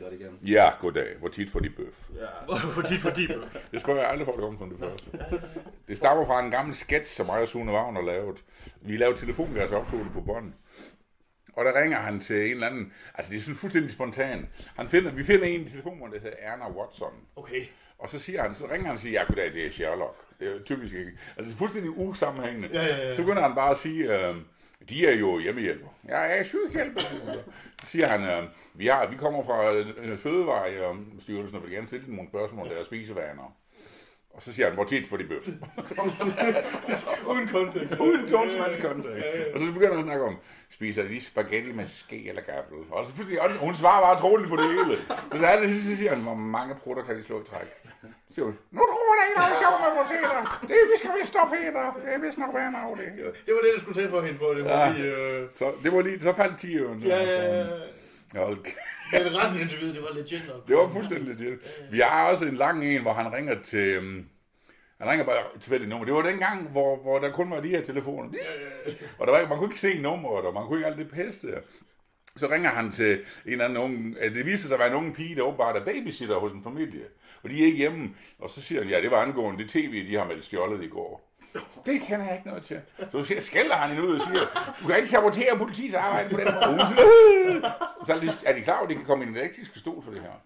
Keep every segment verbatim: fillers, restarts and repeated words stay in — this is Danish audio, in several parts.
godt igen. Ja, goddag. Hvor tit får de bøf? Ja. Hvor tit får de bøf? Det spørger jeg aldrig folk om som det første. Det stammer fra en gammel sketch, som mig og Sune Wagner lavede. Vi lavede telefongas optog det på bånd. Og der ringer han til en eller anden, altså det er sådan fuldstændig spontan. Han finder, vi finder en i telefonen, der hedder Erna Watson. Okay. Og så siger han, så ringer han og siger, ja goddag, det er Sherlock. Det er typisk ikke. Altså det er fuldstændig usammenhængende. Ja, ja, ja. Så begynder han bare at sige, øh, de er jo hjemmehjælper. Jeg er sygehjælper. Så siger han, øh, vi, har, vi kommer fra øh, Fødevarestyrelsen og vil gerne stille dem nogle spørgsmål om deres spisevaner. Og så siger han, hvor tit får de bøf? Uden kontekst. Uden tonsmands kontekst. Og så begynder han at snakke om, spiser de spaghetti med ske eller gaffel? Og så og hun svarer bare troligt på det hele. Så, så, er det, så siger han, hvor mange prutter kan de slå i træk? Så siger hun, nu tror jeg, der er sjov med vores hænder. Det vi skal vist stoppe hænder. Det er vist nok være en af det. Det var det, der skulle til for hende for. Det var ja. lige, øh... så, det var lige, så faldt ti øren. Ja, ja, ja. Hold Men resten af interviewet, det var legit nok. Det var fuldstændig legit. Vi har også en lang en, hvor han ringer til... Um, han ringer bare tilfældigt nummer. Det var den gang, hvor, hvor der kun var de her telefoner. Og der var, man kunne ikke se nummeret, og man kunne ikke alt det peste. Så ringer han til en eller anden unge... Det viste sig, at der var en unge pige, der åbenbart er babysitter hos en familie. Og de er ikke hjemme. Og så siger han, ja, det var angående det tv, de har meldt stjålet i går. Det kender jeg ikke noget til. Så skælder han hende ud og siger, du kan ikke sabotere politiets arbejde på den måde. Så er de klar, at de kan komme i en elektrisk stol for det her.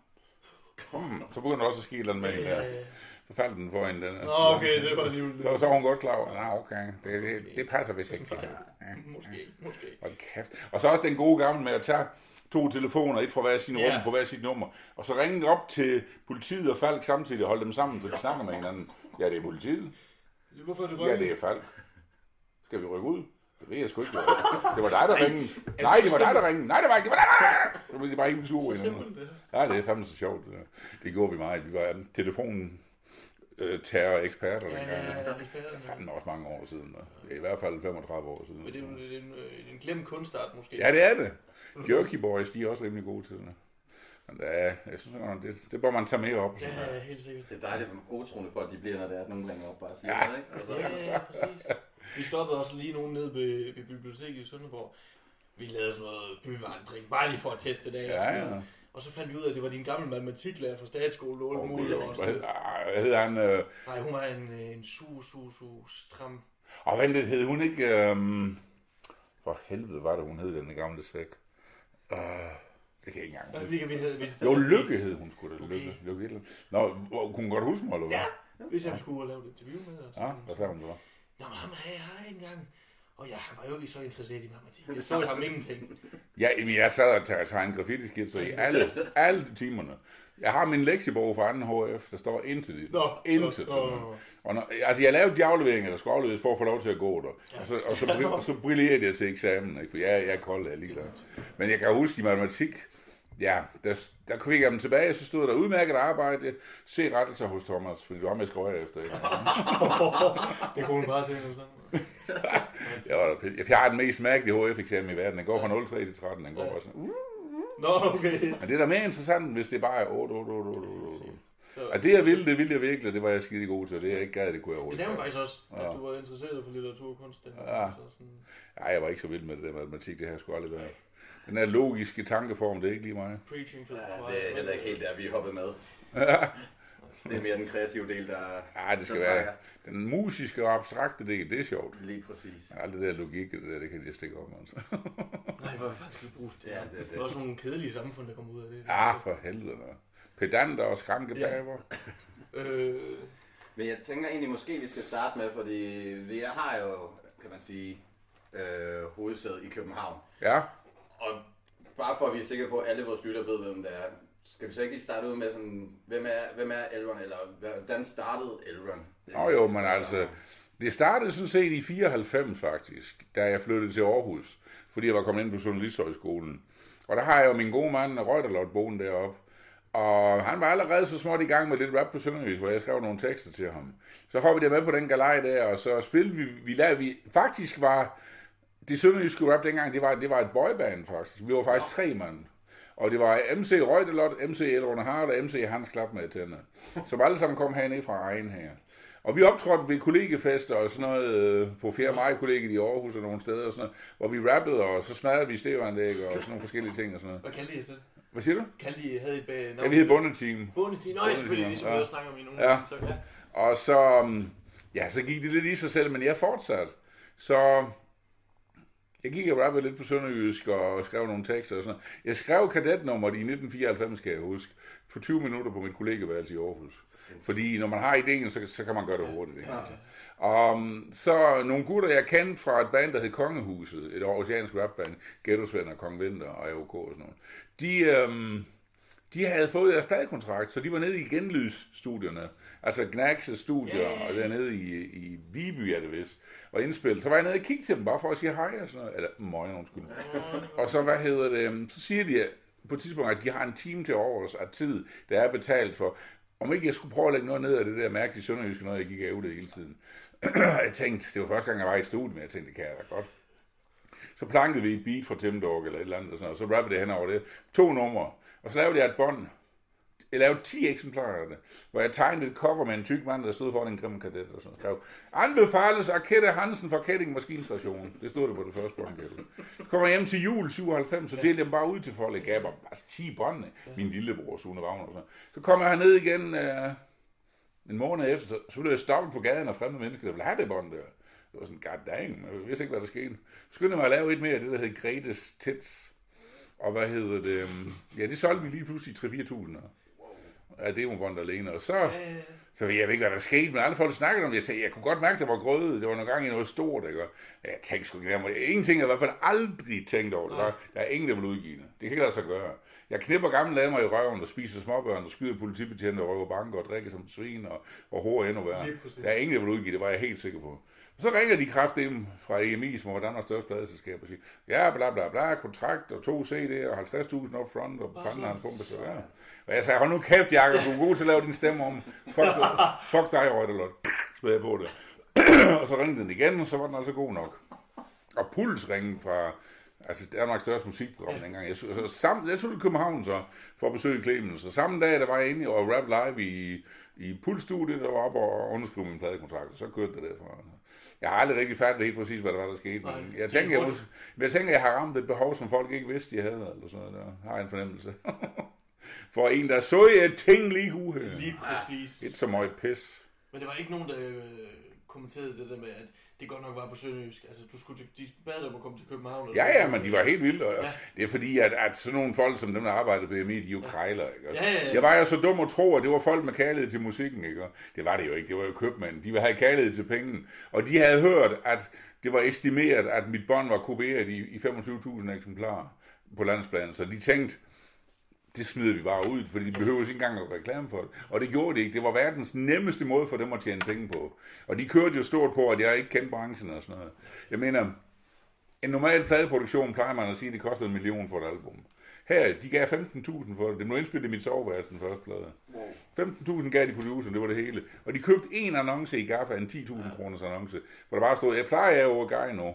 Hmm. Så begynder der også at ske et eller andet med hende der. Så faldt den for hende. Den Nå, okay, det var lige... Så, så var hun godt klar over, nej, okay, det, det, det passer vist ikke. Ja. Måske, måske. Og kæft. Og så også den gode gamle med at tage to telefoner, et fra hver sin rum, yeah. på hver sit nummer, og så ringe op til politiet og Falk samtidig og holde dem sammen, så de snakker med hinanden. Ja, det er politiet. Hvorfor er det Ja, det er Falk. Skal vi rykke ud? Det ved jeg sgu ikke. Det var dig, der ringede. Nej, det var dig, der ringede. Nej, det var ikke. Det var dig, der ringede. Det var ikke en sur. Så simpelt det. Ja, det er fandme så sjovt. Det, det gjorde vi meget. Vi var telefonen øh, terror-eksperter. Ja, ja, ja, eksperter. Det er fandme også mange år siden. Det er i hvert fald femogtredive år siden. Men det er jo en, en, en glemt kunstart måske. Ja, det er det. Jerky Boys, de er også rimelig gode til det. Men det, er, jeg synes, det, det bør man tage med op. Ja, ja, helt sikkert. Det er dejligt, hvor gode troende folk de bliver, når det er, at nogen ringer op bare siger ja. noget, ikke? Altså. Ja, ja, præcis. Vi stoppede også lige nogen nede ved, ved biblioteket i Sønderborg. Vi lavede sådan noget byvandring, bare lige for at teste det af. Ja, ja. Og så fandt vi ud af, at det var din gamle matematiklærer fra statsskolen, og alt muligt. Hvad hed han? Øh... Nej, hun var en, en su, su, su, stram. Og vent lidt, hed hun ikke... Øhm... For helvede var det, hun hed den gamle sæk. Uh... Det kan jeg ikke engang. Ja, vi kan, vi havde, vi jo, Lykke hed hun sgu da. Okay. Lykke. Lykke eller... Nå, kunne hun godt huske mig, eller hvad? Ja, hvis jeg skulle lave et interview med os. Ja, hvad sagde hun så? Nå, men ham havde jeg engang. Og ja, han var jo ikke så interesseret i matematik. Det så jeg ham ingenting. Ja, jeg sad og tegnede graffiti-skitser i alle, alle timerne. Jeg har min lektiebog fra anden H F, der står intet i det. Nå, intet. nå, nå, nå. Og når, altså, jeg lavede de afleveringer, der skulle afleveres for at få lov til at gå der. Ja. Og, så, og, så, og så brillerede jeg til eksamen, ikke? For jeg, jeg er kold, jeg er ligeglad. Men jeg kan huske i matematik, ja, der, der kunne vi dem tilbage, så stod der udmærket arbejde. Se rettelser hos Thomas, fordi du har med at skrive efter. Ikke? Det kunne hun bare se noget sådan. jeg, var, jeg har den mest mærkelige H F-eksamen i verden. Den går fra nul tre til tretten. Den går bare sådan... Uh, Nå, okay. Men det er da mere interessant, hvis det bare er otte, otte, otte, otte, otte. Og det jeg ville, det ville jeg virkelig, det var jeg skide god til. Det jeg ikke gad, det kunne jeg Det sagde hun faktisk også, at du var interesseret for litteratur og kunst. Ja. Nej, jeg var ikke så vild med det der matematik, det her skulle aldrig være. Den her logiske tankeform, det er ikke lige mig. Preaching to the ja, det er heller ikke helt der, vi er hoppet med. Ja. Det er mere den kreative del, der ja, det skal være den musiske og abstrakte del, det er sjovt. Lige præcis. Alt det der logik, det, der, det kan jeg stikke op, altså. Nej, hvor fanden skal vi bruge det? Ja, det, det. Det er også nogle kedelige samfund, der kommer ud af det. Ja, for helvede. Pedanter og skrankebaber. Ja. øh... Men jeg tænker egentlig måske, vi skal starte med, fordi vi har jo, kan man sige, øh, hovedsædet i København. Ja. Og bare for at vi er sikre på, at alle vores lytter ved, hvem det er, skal vi så ikke lige starte ud med sådan, hvem er, hvem er Elrond, eller hvordan startede Elrond? Nå jo, men altså, det startede sådan set i fireoghalvfems faktisk, da jeg flyttede til Aarhus, fordi jeg var kommet ind på Journalisthøjskolen. Og der har jeg jo min gode mand, Reuterlot, boende deroppe. Og han var allerede så småt i gang med lidt rap på Sønderjys, hvor jeg skrev nogle tekster til ham. Så får vi det med på den galej der, og så spillede vi, vi lavede vi, faktisk var, det sønderjyske rap dengang, det var, det var et boyband faktisk. Vi var faktisk tre mand. Og det var M C Reuterlot, M C Elrond Hart og M C Hans Klap med tænder, som alle sammen kom hernede fra egen her. Og vi optrådte ved kollegefester og sådan noget, øh, på fjerde maj kollegiet i Aarhus og nogle steder og sådan noget, hvor vi rappede, og så smadrede vi stævanlæg og sådan nogle forskellige ting og sådan noget. Hvad kaldte I det så? Hvad siger du? Kaldte I, havde I bag... Ja, vi hed Bundeteam. Bundeteam, nøj, selvfølgelig, ligesom vi ja. også snakker om i nogle ja. så, ja. Og så, ja, så gik det lidt i sig selv, men jeg fortsatte. Så jeg gik og rappede lidt på sønderjysk og skrev nogle tekster og sådan noget. Jeg skrev kadetnummeret i nitten fireoghalvfems, kan jeg huske, på tyve minutter på mit kollegeværelse i Aarhus. Fordi når man har ideen, så, så kan man gøre det hurtigt. Ikke? Ja. Og um, så nogle gutter, jeg kendte fra et band, der hed Kongehuset, et aarhusiansk rapband, Ghettosvend og Kong Vinter og A O K og sådan noget. De, um, de havde fået deres pladekontrakt, så de var nede i genlydsstudierne, altså Gnags' studier, yeah. og dernede i, i Viby er det vist, og indspillet. Så var jeg nede og kiggede til dem, bare for at sige hej og sådan noget. Eller, møgen, undskyld. Og så, hvad hedder det, så siger de på et tidspunkt, at de har en time til overs af tid, der er betalt for, om ikke jeg skulle prøve at lægge noget ned af det der mærkelige sønderjyske, når jeg gik af det hele tiden. Jeg tænkte, det var første gang, jeg var i studiet, men jeg tænkte, det kan jeg da godt. Så plankede vi et beat fra Tim Dog eller et eller andet, og, sådan, og så rappede det hen over det. To numre. Og så lavede jeg et bånd. Jeg lavede ti eksemplarer af det, hvor jeg tegnede et cover med en tyk mand, der stod foran en grim kadet og sådan. Skrev, anbefales Arkette Hansen fra Ketting Maskinstation. Det stod der på det første bånd. Så kommer jeg hjem til jul syvoghalvfems, så delte jeg dem bare ud til folk. Jeg gav bare altså ti bånd, min lillebror Sune Wagner og sådan. Så kom jeg herned igen øh, en måned efter, så, så blev jeg stoppet på gaden af fremmede mennesker, der ville have det bånd der. Det var sådan, god dang, jeg vidste ikke, hvad der skete. Så skyndte jeg mig at lave et mere af det, der hed Gretes Tits. Og hvad hedder det? Ja, det solgte vi lige pludselig tre til fire tusind. Ja, det var bånd alene. Og så, så jeg ved ikke, hvad der skete, men alle folk snakkede om det. Jeg tænkte, jeg kunne godt mærke, at det var grødet. Det var nogle gange i noget stort, ikke? Jeg tænkte sgu ikke, der ingenting, jeg i hvert fald aldrig tænkt over det. Der er ingen, der vil udgive det. Det kan ikke lade sig gøre. Jeg knipper gamle damer i røven og spiser småbørn og skyder politibetjente og røver banker og drikker som svin og, og hårder endnu værre. Der er ingen, der vil udgive det, var jeg helt sikker på. Så ringer de kraftedeme fra E M I, som var Danmarks største pladeselskab, og siger, ja, bla bla bla, kontrakt og to C D'er og halvtreds tusind up front, og fanden har han pumpe, så ja. Og jeg sagde, hold nu kæft, Jakob, du er god til at lave din stemme om. Fuck, fuck dig, Røgterlot. Slår jeg på det. Og så ringede den igen, og så var den altså god nok. Og pulsringen fra, altså Danmarks største musikprogram dengang. Jeg, så, sammen, jeg tog til København så, for at besøge Clemens, og samme dag, der var jeg inde og rap live i, i Pulsstudiet, der var oppe og underskrev min pladekontrakt, og så kørte det derfra. Jeg har aldrig rigtig fattet helt præcis, hvad der var, der skete. Nej, men jeg tænker, jeg, jeg tænker, jeg har ramt et behov, som folk ikke vidste, de havde, eller sådan noget. Der har jeg en fornemmelse. For en, der så jeg ting lige uheld. Lige præcis. Ikke så meget pis. Men det var ikke nogen, der øh, kommenterede det der med, at det godt nok var på sønderjysk. Altså, du skulle til, de bad dig om at komme til København. Eller ja, ja, men de var helt vilde. Og ja. Det er fordi, at, at sådan nogle folk, som dem, der arbejdede på E M I, de jo ja. krejler, ikke? Altså, ja, ja, ja. Jeg var jo så dum at tro, at det var folk med kærlighed til musikken, ikke? Det var det jo ikke. Det var jo købmænd. De havde kærlighed til penge. Og de havde hørt, at det var estimeret, at mit bånd var kopieret i, i femogtyve tusind eksemplarer på landsplan. Så de tænkte, det smider vi bare ud, fordi de behøver ikke engang at reklame for det. Og det gjorde det ikke. Det var verdens nemmeste måde for dem at tjene penge på. Og de kørte jo stort på, at jeg ikke kendte branchen og sådan noget. Jeg mener, en normal pladeproduktion plejer man at sige, at det koster en million for et album. Her, de gav femten tusind for det. Det blev indspillet i mit soveværelse, den første plade. femten tusind gav de producer, det var det hele. Og de købte en annonce i Gaffa, en ti tusind kroners annonce, hvor der bare stod, jeg plejer jeg over Guy nu.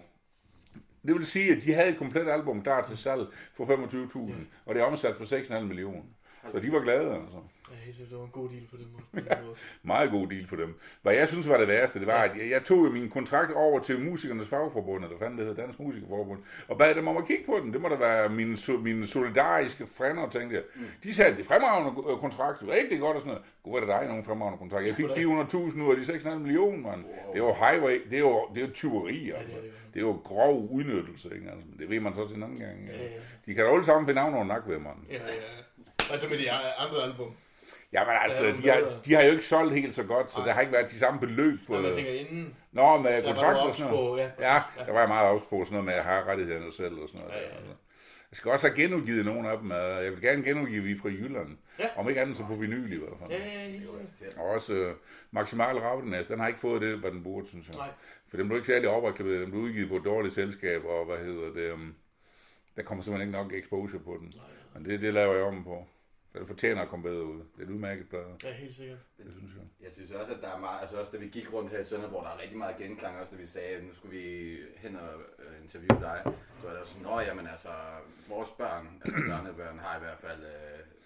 Det vil sige, at de havde et komplet album der til salg for femogtyve tusind, ja. Og det er omsat for seks komma fem millioner. Så de var glade, altså. Ja, så det var en god deal for dem også. Ja, meget god deal for dem. Hvad jeg synes var det værste, det var, at jeg, jeg tog min kontrakt over til Musikernes Fagforbund, eller hvad det hedder, Dansk Musikerforbund, og bad dem om at kigge på den. Det må da være mine, mine solidariske frænder, tænkte jeg. De sagde, at det er fremragende kontrakt, det var ikke det godt og sådan noget. God, var det dig, nogen fremragende kontrakt. Jeg fik fire hundrede tusind ud af de seks komma fem millioner, mand. Wow. Det er jo highway, det er jo, det er jo tyveri, altså. Ja, det, er det. Det er jo grov udnyttelse, ikke? Altså, det ved man så til en anden gang. Ja, ja. De kan da alle sammen finde navn over nak ved, mand. Ja, ja. Altså med de andre album. Jamen altså, de har, de har jo ikke solgt helt så godt, så Ej. Der har ikke været de samme beløb på... Når man tænker inden... Nå, med kontrakt og sådan noget. Ja, ja, der var jeg meget ops på sådan noget med, at jeg har rettighederne selv og sådan noget. Ja, ja, ja. Der. Jeg skal også have genudgivet nogle af dem. Jeg vil gerne genudgive vi fra Jylland. Ja. Om ikke andet så på vinyl i hvert fald. Ja, ja, ja. Og også uh, Maximal Ravdenæs, den har ikke fået det, hvad den burde, synes jeg. Nej. For den blev ikke særlig opreklameret. Den blev udgivet på et dårligt selskab, og hvad hedder det... Um, der kommer simpelthen ikke nok exposure på den. Nej, ja. Men det, det laver jeg om på. Det fortjener at komme bedre ud. Det er et udmærket plade. Ja, helt sikkert. Det synes jeg. Jeg synes også, at der er meget, altså også da vi gik rundt her i Sønderborg, der er rigtig meget genklang, også da vi sagde, at nu skulle vi hen og uh, interviewe dig. Så var der sådan, nå jamen altså, vores børn, altså børnebørn har i hvert fald uh,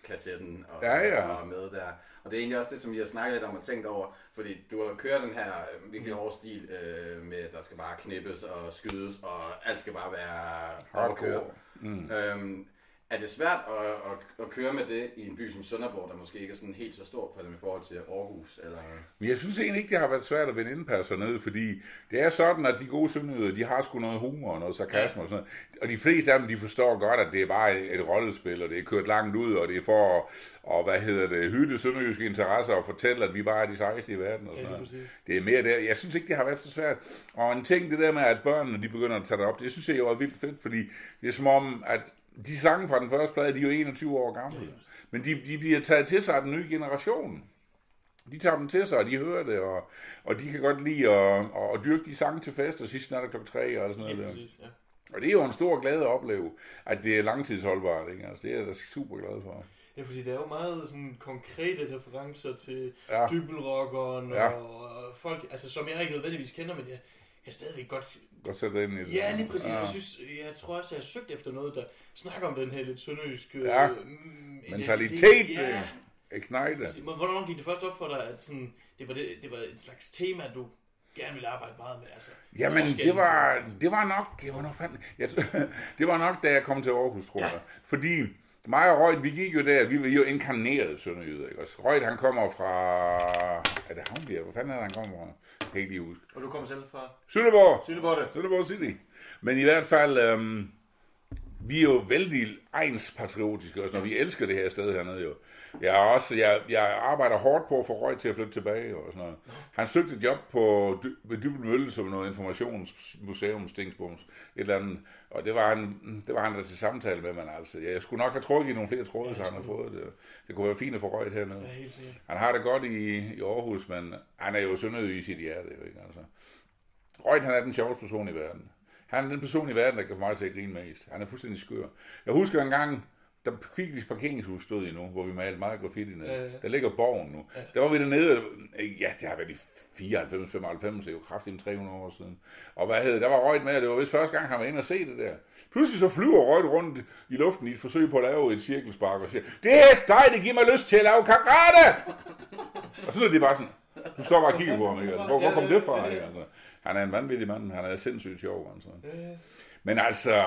kassetten og, ja, ja. og med der. Og det er egentlig også det, som jeg har snakket lidt om og tænkt over, fordi du har kørt den her virkelig hårde stil øh, med, at der skal bare knippes og skydes, og alt skal bare være op at køre. Mm. Øhm, er det svært at, at, at køre med det i en by som Sønderborg, der måske ikke er sådan helt så stor for dem i forhold til Aarhus? Eller? Men jeg synes egentlig ikke, det har været svært at vende indpas ned, fordi det er sådan, at de gode sønderjyder, de har sgu noget humor og noget sarkasme og sådan noget. Og de fleste af dem, de forstår godt, at det er bare et, et rollespil, og det er kørt langt ud, og det er for at, og, hvad hedder det, hylde sønderjyske interesser og fortælle, at vi bare er de sejeste i verden. Og sådan noget. Ja, det er mere der. Jeg synes ikke, det har været så svært. Og en ting, det der med, at børnene, de begynder at tage det op, det synes jeg jo er vildt fedt, fordi det er som om, at de sange fra den første plade, de er jo enogtyve år gamle. Men de, de bliver taget til sig af den nye generation. De tager dem til sig, og de hører det, og, og de kan godt lide at, at, at dyrke de sange til fest, og sidst natter klokken tre og sådan noget. Ja, præcis, ja. Og det er jo en stor glæde at opleve, at det er langtidsholdbart. Ikke? Altså, det er jeg da super glad for. Ja, fordi der er jo meget sådan konkrete referencer til ja. Dybelrockeren ja. og folk, altså, som jeg ikke nødvendigvis kender, men jeg, jeg stadigvæk godt... Godt sætte ind i det. Ja, lige præcis. Ja. Jeg, synes, jeg tror også, jeg har søgt efter noget, der snakker om den her lidt sønderjyske ja. øh, mentalitet. Ja. Jeg knejde. Hvornår gik det først op for dig, at sådan, det, var det, det var et slags tema, du gerne ville arbejde meget med? Altså, Jamen, det var, det var nok... Det var nok, fandme, jeg, det var nok, da jeg kom til Aarhus, tror jeg. Ja. Fordi... Mig og Røgt, vi gik jo der, vi var jo inkarnerede sønderjyder, ikke også? Røgt, han kommer fra... Er det Havnbjerg? Hvor fanden er det, han kommer fra? Jeg kan ikke lige huske. Og du kommer selv fra? Sønderborg! Sønderborg, det. Sønderborg City. Men i hvert fald, øhm, vi er jo vældig egnspatriotiske også, når vi elsker det her sted hernede jo. Jeg, er også, jeg, jeg arbejder hårdt på at få Røgt til at flytte tilbage og sådan noget. Han søgte et job på ved Dybbøl Mølle som noget informationsmuseum, Stingsbums, et eller andet. Og det var han, det var han der til samtale med, men altså, jeg skulle nok have trukket i nogle flere tråde, ja, så han har fået det. Det kunne være fint at få Røgt hernede. Ja, helt sikkert. Han har det godt i, i Aarhus, men han er jo sønderjyde i sit hjerte, jo ikke altså. Røgt, han er den sjoveste person i verden. Han er den person i verden, der kan få mig til at grine mest. Han er fuldstændig skør. Jeg husker en gang, der Kvicklis parkeringshus stod i nu, hvor vi malede meget graffiti ned. Ja, ja. Der ligger borgen nu. Ja. Der var vi dernede, ja, det har været i fireoghalvfems femoghalvfems, det er jo kraftigt tre hundrede år siden. Og hvad hed det? Der var Røgt med, og det var vist første gang, han var inde og se det der. Pludselig så flyver Røgt rundt i luften i et forsøg på at lave et cirkelspark og siger, det er steg, det giver mig lyst til at lave karate! Og så er det bare sådan, du står bare og kigger på ham, ikke? Hvor, hvor kom det fra? Ikke? Altså, han er en vanvittig mand, han er sindssygt sjov. Altså. Men altså,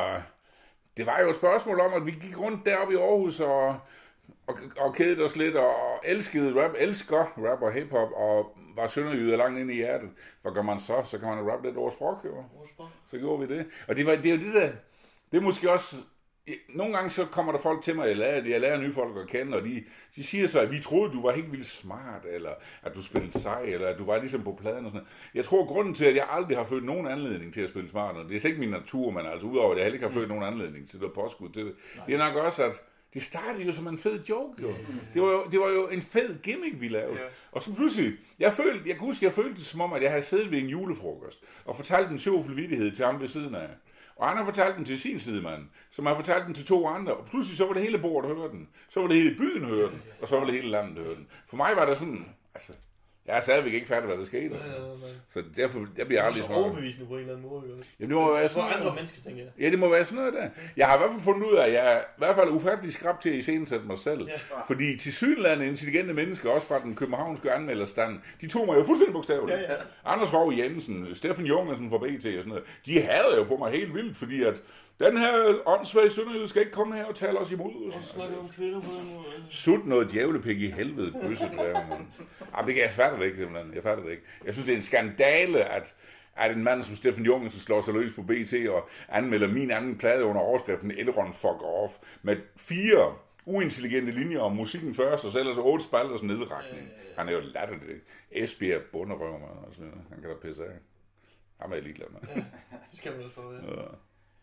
det var jo et spørgsmål om, at vi gik rundt deroppe i Aarhus og, og, og kædede os lidt og elskede rap, elsker rap og hiphop og var sønderjyder langt inde i hjertet. Hvad gør man så? Så kan man rappe lidt over sprog, jo. Så gjorde vi det. Og det, var, det er jo det der, det er måske også, nogle gange så kommer der folk til mig, jeg lærer, jeg lærer nye folk at kende, og de, de siger så, at vi troede, du var helt vildt smart, eller at du spillede sej, eller at du var ligesom på pladen og sådan noget. Jeg tror, grunden til, at jeg aldrig har følt nogen anledning til at spille smart, og det er slet ikke min natur, men altså udover, at jeg heller ikke har følt nogen anledning til at påskud til det. Nej. Det er nok også, at det startede jo som en fed joke, jo. Yeah. Det var jo, det var jo en fed gimmick, vi lavede. Yeah. Og så pludselig, jeg følte, jeg kan huske, jeg følte det som om, at jeg havde siddet ved en julefrokost, og fortalt en sjovfuld vittighed til ham ved siden af. Og han har fortalt den til sin sidemand, som har fortalt den til to andre, og pludselig så var det hele bordet, der hørte den. Så var det hele byen, der hørte den, og så var det hele landet, der hørte den. For mig var det sådan, altså, jeg er stadigvæk ikke færdig, hvad der skete. Nej, nej, nej. Så derfor, jeg bliver aldrig smart. Det er så overbevisende på en eller anden måde, ikke? Jamen, det må være sådan noget. andre mennesker, tænker jeg. Ja, det må være sådan noget der. Jeg har i hvert fald fundet ud af, at jeg er i hvert fald ufattelig skrab til at iscenesætte mig selv. Ja. Fordi til synlande intelligente mennesker, også fra den københavnske anmelderstand, de tog mig jo fuldstændig bogstaveligt. Ja, ja. Anders Rov Jensen, Steffen Jungersen fra B T og sådan noget, de havde jo på mig helt vildt, fordi at den her åndssvage sønderjyde skal ikke komme her og tale os imod. Og snakke om kvinder på den måde. Sut noget djævlepik i helvede, bøsset der, man. Jamen, det kan jeg fatter det ikke, simpelthen. Jeg fatter det ikke. Jeg synes, det er en skandale, at, at en mand som Steffen Jungersen slår sig løs på B T og anmelder min anden plade under overskriften Elrond fuck off med fire uintelligente linjer om musikken først, og så ellers otte spalters nedretning. Han er jo latterligt, ikke? Esbjerg bunderøver, man. Altså, han kan da pisse af. Han er jeg ligeglad med. Ja, det skal man også prøve, ja. Ja.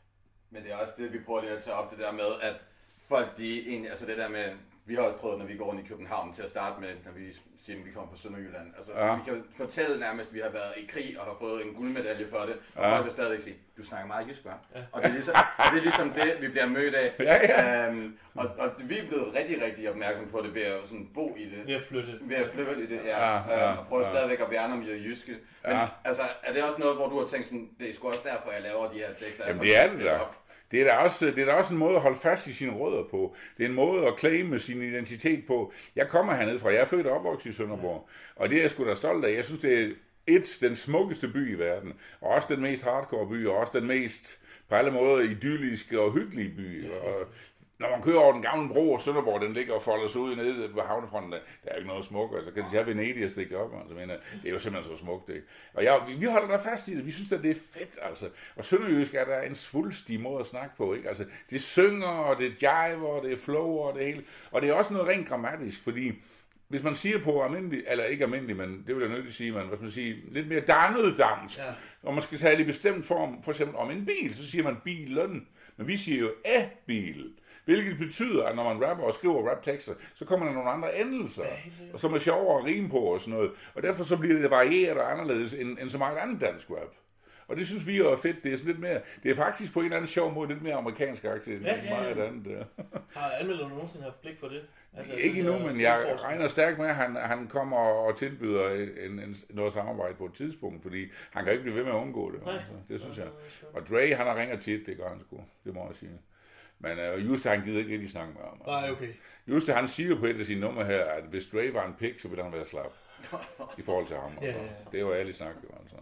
Men det er også det, vi prøver lige at tage op, det der med, at folk, de egentlig, altså det der med, vi har også prøvet, når vi går rundt i København til at starte med, når vi siger, at vi kommer fra Sønderjylland. Altså, ja. Vi kan fortælle nærmest, at vi har været i krig og har fået en guldmedalje for det, og ja. Folk vil stadigvæk sige, du snakker meget jysk, hva'? Ja. Og det er, ligesom, det er ligesom det, vi bliver mødt af. Ja, ja. Um, og, og vi er blevet rigtig, rigtig opmærksom på det ved at sådan bo i det. Ved at flytte. Ved at flytte i det, ja. ja, ja og prøve ja. Stadigvæk at værne om det jyske. Men ja. Altså, er det også noget, hvor du har tænkt sådan, det er sgu også derfor, jeg laver de her tekster? Jamen det er det da. Det er, da også, det er da også en måde at holde fast i sine rødder på. Det er en måde at claime sin identitet på. Jeg kommer hernede fra. Jeg er født og opvokset i Sønderborg. Og det er jeg sgu da stolt af. Jeg synes, det er et, den smukkeste by i verden. Og også den mest hardcore by. Og også den mest, på alle måder, idylliske og hyggelige by. Og når man kører over den gamle bro, og Sønderborg, den ligger og folder sig ud nede på havnefronten, der er jo ikke noget smukt. Så kan de have Venedig og stikke det op. Altså, men, det er jo simpelthen så smukt, ikke? Og ja, vi, vi holder der fast i det. Vi synes, at det er fedt, altså. Og sønderjysk er der en svulstig måde at snakke på, ikke? Altså, det synger, og det jiver, og det er flow, og det hele. Og det er også noget rent grammatisk, fordi hvis man siger på almindelig, eller ikke almindelig, men det vil jeg nødt til at sige, man, hvad skal man sige, lidt mere dannet dansk, ja. Og man skal tage det i bestemt form, for eksempel om en bil, så siger man bilen, men vi siger jo a-bil. Hvilket betyder, at når man rapper og skriver raptekster, så kommer der nogle andre endelser, ja, og som er sjovere at rime på og sådan noget. Og derfor så bliver det varieret og anderledes end, end så meget andet dansk rap. Og det synes vi jo er fedt. Det er sådan lidt mere, det er faktisk på en eller anden sjov måde lidt mere amerikansk aktie end ja, ja, meget ja. andet. Har anmelderne nogensinde haft blik for det? Altså, ikke endnu, men jeg regner stærkt med, at han, han kommer og tilbyder en, en, noget samarbejde på et tidspunkt, fordi han kan ikke blive ved med at undgå det. Altså. Det synes jeg. Og Dre, han har ringer tit, det gør han sgu. Det må jeg sige. Men uh, Juste, han gider ikke rigtig snakke med ham. Nej, okay. Juste, han siger på et af sine numre her, at hvis Dre var en pik, så ville han være slap. I forhold til ham. Altså. Ja, ja. Det var ærligt snak, det var altså.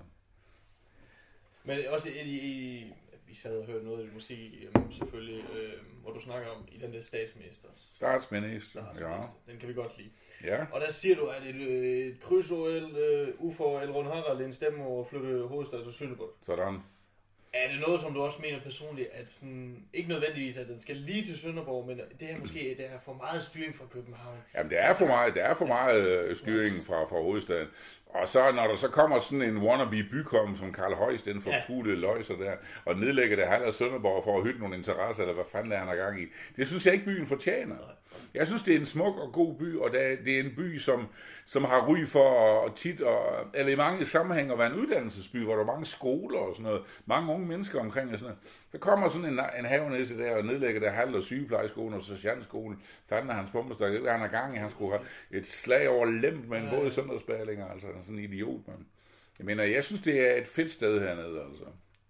Men også i, i, vi sad og hørte noget af det musik, jamen, selvfølgelig, øh, hvor du snakker om i den der statsminister. Statsminister, ja. Den kan vi godt lide. Ja. Og der siger du, at et, et kryds-O L, uh, U F O, Elrond Harald, en stemme over at flytte hovedstaden til Sønderborg. Sådan. Er det noget, som du også mener personligt, at sådan, ikke nødvendigvis, at den skal lige til Sønderborg, men det er måske det er for meget styring fra København? Jamen, det er for meget, det er for meget styring fra, fra hovedstaden. Og så, når der så kommer sådan en wannabe bykom, som Karl Højst, den forpulede ja. løjser der, og nedlægger det halv af Sønderborg for at hytte nogle interesser, eller hvad fanden er han er gang i. Det synes jeg ikke, byen fortjener. Jeg synes, det er en smuk og god by, og det er en by, som, som har ry for at tit, og, eller i mange sammenhænge, at være en uddannelsesby, hvor der er mange skoler og sådan noget, mange unge mennesker omkring og sådan noget. Så kommer sådan en, en havenæse der og nedlægger det halv af sygeplejeskolen og sergeantskolen. Fanden er hans pumpestok, det han er gang i, han skulle have et slag over lemt med en både søndagsbærlinger, altså sådan en idiot, man. Jeg mener, jeg synes, det er et fedt sted hernede, altså.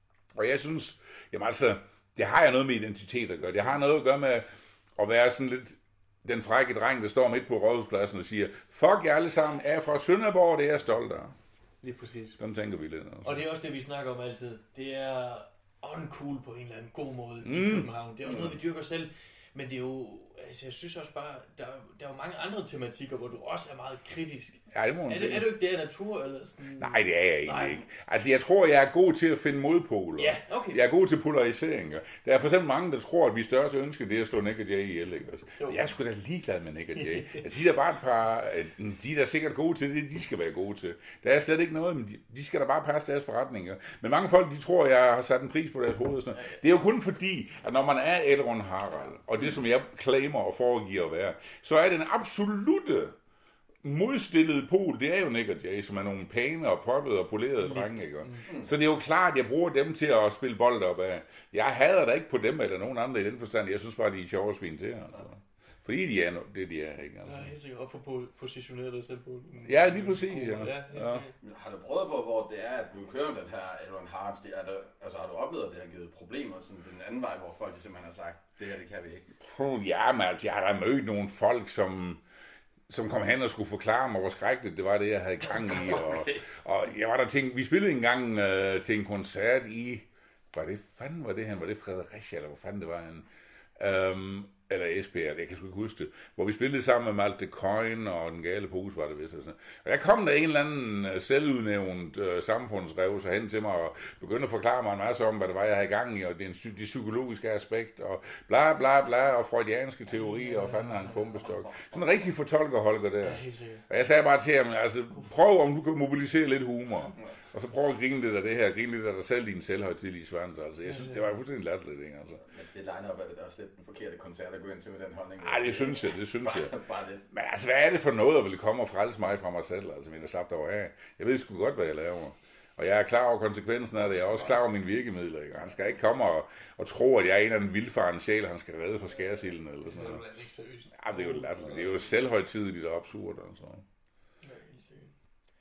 Og jeg synes, jamen altså, det har jeg noget med identitet at gøre. Det har noget at gøre med at være sådan lidt den frække dreng, der står midt på Rådhuspladsen og siger, fuck jer alle sammen, er fra Sønderborg, det er jeg stolt af. Lige præcis. Sådan tænker vi lidt. Altså. Og det er også det, vi snakker om altid. Det er uncool på en eller anden god måde mm. i København. Det er også noget, vi dyrker selv. Men det er jo, altså jeg synes også bare, der, der er jo mange andre tematikker, hvor du også er meget kritisk. Ja, det må er, det, er du ikke det af natur? Eller sådan? Nej, det er jeg egentlig Nej. ikke. Altså jeg tror, jeg er god til at finde modpoler. Ja, okay. Jeg er god til polariseringer. Der er for eksempel mange, der tror, at vi største ønske, det er at slå Nick og Jay ihjel. Ikke? Jeg er sgu da ligeglad med Nick og Jay. De der bare et par, de der er sikkert gode til det, de skal være gode til. Der er slet ikke noget, men de, de skal da bare passe deres forretninger. Men mange folk, de tror, jeg har sat en pris på deres hoved. Og sådan noget. Det er jo kun fordi, at når man er Elrond Harald, og det som jeg claimer og foregiver at være, så er den absolutte modstillede pol, det er jo Nick og Jay, som er nogle pæne og poppede og polerede drenge, ikke? Mm. Så det er jo klart, at jeg bruger dem til at spille bold op af. Jeg hader da ikke på dem eller nogen andre i den forstand. Jeg synes bare, de er sjove at svine til. Altså. Fordi de er det, de er, ikke? Altså. Ja, helt sikkert. Og få positioneret dig selv på. Ja, lige præcis, ja. ja, ja. Har du prøvet på, hvor det er, at du kører den her Elrond Harald? Altså, har du oplevet, at det har givet problemer sådan den anden vej, hvor folk simpelthen har sagt, det her, det kan vi ikke? Puh, ja, men altså, jeg har da mødt nogle folk, som... som kom hen og skulle forklare mig, hvor skrækkeligt det var, det jeg havde gang i. Og, okay. og jeg var der tænkt, vi spillede en gang øh, til en koncert i, var det, fanden var det han, var det Fredericia, eller hvor fanden det var han, øhm, eller Esbjerg, jeg kan sgu ikke huske det, hvor vi spillede sammen med Malte Coyne og Den Gale Pose, var det vist. Og jeg kom der en eller anden selvudnævnt øh, samfundsrev så hen til mig og begyndte at forklare mig en masse om, hvad det var, jeg havde i gang i, og det, de psykologiske aspekt, og bla bla bla, og freudianske teorier, og fanden har en pumpestok. Sådan en rigtig fortolker-holger der. Og jeg sagde bare til ham, altså prøv om du kan mobilisere lidt humor. Og så prøv at grine lidt af det her, grine lidt af dig selv, din selvhøjtidelige svans. Altså, jeg synes, det var fuldstændig latterligt, ikke? Altså. Men det line up er også lidt den forkerte koncert at gå ind til med den holdning. Nej, det synes jeg, det synes bare, jeg. Bare lidt. Men altså, hvad er det for noget, at ville komme og frelse mig fra mig selv? Altså, min er sabt over af. Jeg ved sgu godt, hvad jeg laver. Og jeg er klar over konsekvensen af det. Jeg er også klar over mine virkemidler, ikke? Han skal ikke komme og, og tro, at jeg er en eller anden vildfaren sjæl, han skal redde fra skæresilden eller sådan noget. Det er ikke seriøst. Ja, det er jo latterligt. Det er jo selvhøjtideligt og absurd, altså. Ja, helt sikkert.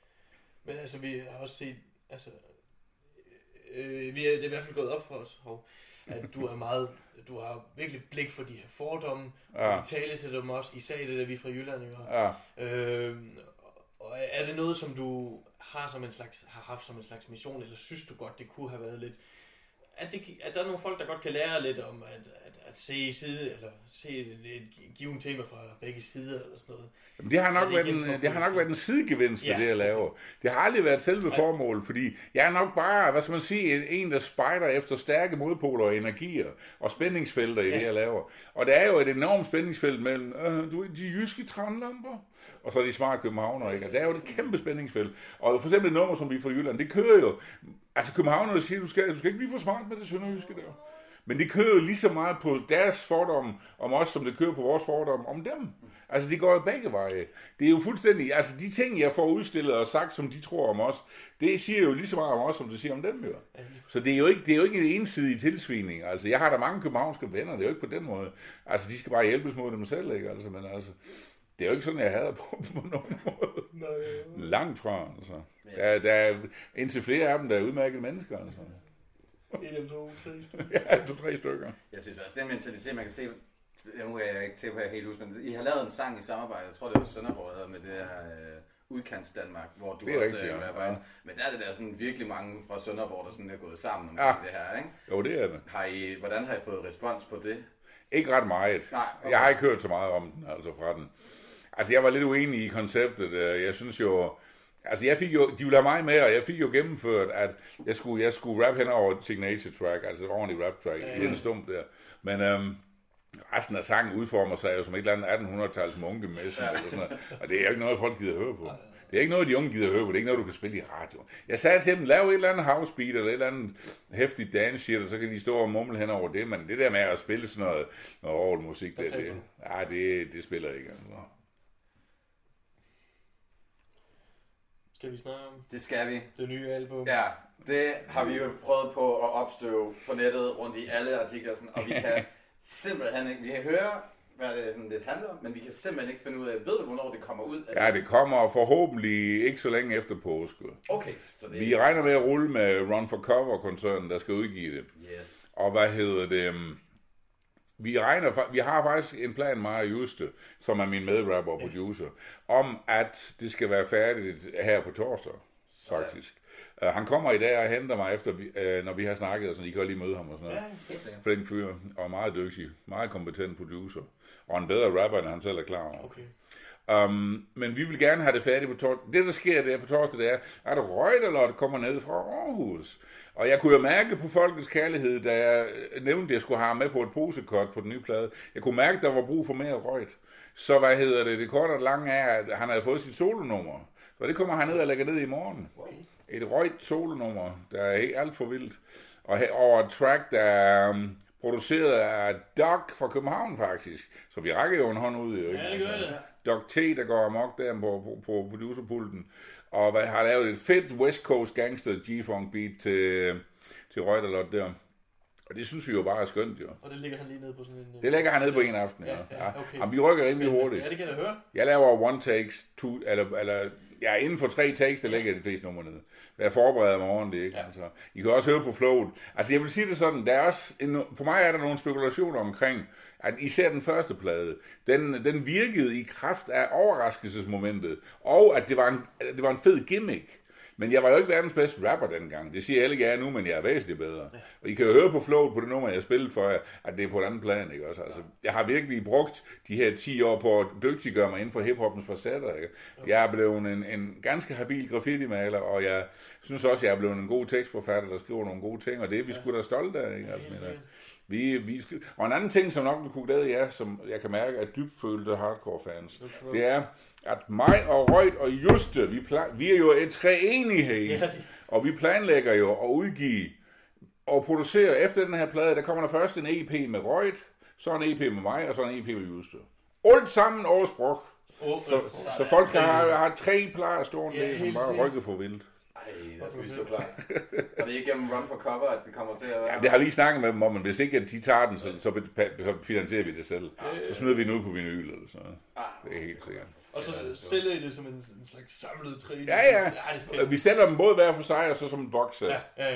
Men altså, vi har også set, altså, øh, vi er, det er i hvert fald gået op for os, hov, at du er meget, du har virkelig blik for de her fordomme, ja. og I talesætter dem også, I sagde det, da vi er fra Jylland, ikke? Ja. Øh, og er det noget, som du har, som en slags, har haft som en slags mission, eller synes du godt, det kunne have været lidt, at, det, at der er nogle folk, der godt kan lære lidt om at, at, at se side, eller se et, et givet tema fra begge sider, eller sådan noget. Jamen, det har nok, været en, det har nok været en sidegevinst ved ja, det, jeg laver. Okay. Det har aldrig været selve formålet, fordi jeg er nok bare, hvad skal man sige, en, der spejder efter stærke modpoler og energier og spændingsfelter i ja. det, jeg laver. Og der er jo et enormt spændingsfelt mellem øh, du, de jyske tranlamper, og så de smarte københavnere, ikke? Og der er jo et kæmpe spændingsfelt. Og for eksempel et nummer, som vi fra Jylland, det kører jo. Altså københavnerne siger, du skal, du skal ikke blive for smart med det sønderjyske der. Men det kører jo lige så meget på deres fordomme om os, som det kører på vores fordomme om dem. Altså, det går jo begge veje. Det er jo fuldstændig, altså de ting, jeg får udstillet og sagt, som de tror om os, det siger jo lige så meget om os, som det siger om dem, jo. Så det er jo ikke, det er jo ikke en ensidig tilsvining. Altså, jeg har da mange københavnske venner, det er jo ikke på den måde. Altså, de skal bare hjælpes mod dem selv, ikke? Altså, men altså, det er jo ikke sådan, jeg hader på på nogen måde. Nej, ja. Langt fra, altså. Der, der er indtil flere af dem, der er udmærkede mennesker, altså. En eller to, tre stykker. Ja, to-tre stykker. Jeg synes også, den mentalitet, man kan se, nu er jeg ikke til på her helt huske, men I har lavet en sang i samarbejde, jeg tror det var Sønderborg, med det her øh, Udkants Danmark, hvor du også rigtigt, er ja. ja. Men der er det der sådan virkelig mange fra Sønderborg, der sådan er gået sammen om ja. det her, ikke? Jo, det er det. Har I, hvordan har I fået respons på det? Ikke ret meget. Nej, okay. Jeg har ikke hørt så meget om den, altså fra den. Altså, jeg var lidt uenig i konceptet. Jeg synes jo, altså jeg fik jo, de ville have mig med, og jeg fik jo gennemført, at jeg skulle, jeg skulle rap hen over et signature track, altså et ordentligt rap track, ja, ja. i den stump der. Men øhm, resten af sangen udformer sig jo som et eller andet attenhundrede-tals munkemæssigt, ja. eller sådan noget, og det er jo ikke noget, folk gider at høre på. Det er ikke noget, de unge gider at høre på, det er ikke noget, du kan spille i radio. Jeg sagde til dem, lav et eller andet house beat, eller et eller andet hæftigt dance shit, og så kan de stå og mumle hen over det, men det der med at spille sådan noget, noget ordentligt musik, det, det, ja, det, det spiller ikke. Altså. Skal vi snakke om? Det skal vi. Det nye album. Ja, det har vi jo prøvet på at opstøve på nettet rundt i alle artikler, sådan, og vi kan simpelthen ikke, vi kan høre, hvad det sådan lidt handler om, men vi kan simpelthen ikke finde ud af, ved du, hvornår det kommer ud? Ja, det kommer forhåbentlig ikke så længe efter påske. Okay, så det... Vi regner med at rulle med Run for Cover-koncernen, der skal udgive det. Yes. Og hvad hedder det... Vi, regner, vi har faktisk en plan, mig og Juste, som er min medrapper og producer, om at det skal være færdigt her på torsdag, faktisk. Uh, han kommer i dag og henter mig efter, uh, når vi har snakket, og sådan, I kan lige møde ham og sådan noget. Ja, flink fyr, og meget dygtig, meget kompetent producer, og en bedre rapper, end han selv er klar over. Okay. Um, men vi vil gerne have det færdigt på torsdag. Det, der sker der på torsdag, det er, at Reuterlot kommer ned fra Aarhus. Og jeg kunne jo mærke på folkets kærlighed, da jeg nævnte, at jeg skulle have med på et posekort på den nye plade. Jeg kunne mærke, at der var brug for mere Reut. Så hvad hedder det? Det korte og lange er, at han havde fået sit solonummer. Så det kommer han ned og lægger ned i morgen. Et Reut solonummer, der er helt alt for vildt. Og over et track, der er um, produceret af Doc fra København faktisk. Så vi rækker jo en hånd ud. Ikke? Ja, det gør det. Doc T, der går amok der på, på, på producerpulten. Og hvad, har lavet et fedt West Coast gangster G-funk beat til, til Reuterlot der. Og det synes vi jo bare er skønt, jo. Og det ligger han lige nede på sådan en... Det ligger han nede på en aften, ja. ja, ja. Okay. Jamen, vi rykker rimelig hurtigt. Ja, det kan jeg høre. Jeg laver one takes, two, eller, eller ja, inden for tre takes, der lægger jeg de fleste numre nede. Jeg forbereder mig ordentligt, ikke? Ja. Altså, I kan også høre på flowet. Altså, jeg vil sige det sådan, der er også en, for mig er der nogle spekulationer omkring, at især den første plade, den, den virkede i kraft af overraskelsesmomentet, og at det var en, det var en fed gimmick. Men jeg var jo ikke verdens bedste rapper dengang. Det siger jeg ikke, jeg er nu, men jeg er væsentligt bedre. Og I kan jo høre på flowet på det nummer, jeg spillede for jer, at det er på et andet plan, ikke også? Altså, jeg har virkelig brugt de her ti år på at dygtiggøre mig inden for hiphoppens facetter, ikke? Jeg er blevet en, en ganske habil graffiti-maler, og jeg synes også, jeg er blevet en god tekstforfatter, der skriver nogle gode ting, og det er vi sgu da stolte af, ikke? Altså, men, vi, vi skal... Og en anden ting, som nok vil kunne glæde jer, som jeg kan mærke er dybfølte hardcore-fans, det er, at mig og Reut og Juste, vi, plan... vi er jo et treenighed, og vi planlægger jo at udgive og producere efter den her plade, der kommer der først en E P med Reut, så en E P med mig, og så en E P med Juste. Alt sammen over sprog. Oh, så, så folk har, har tre plejer stående, ja, som bare rykker for vildt. Ej, der skal vi stå klar. Og det er ikke gennem Run for Cover, at det kommer til at være... Ja, det har vi snakket med dem om, men hvis ikke at de tager den, så, så, så finansierer vi det selv. Så smider vi den ud på vinyl eller sådan noget. Det er helt sikkert. Og så sælger I det som en, en slags samlet træning. Ja, ja. Vi sælger dem både hver for sig, og så som en box. Ja, ja, ja.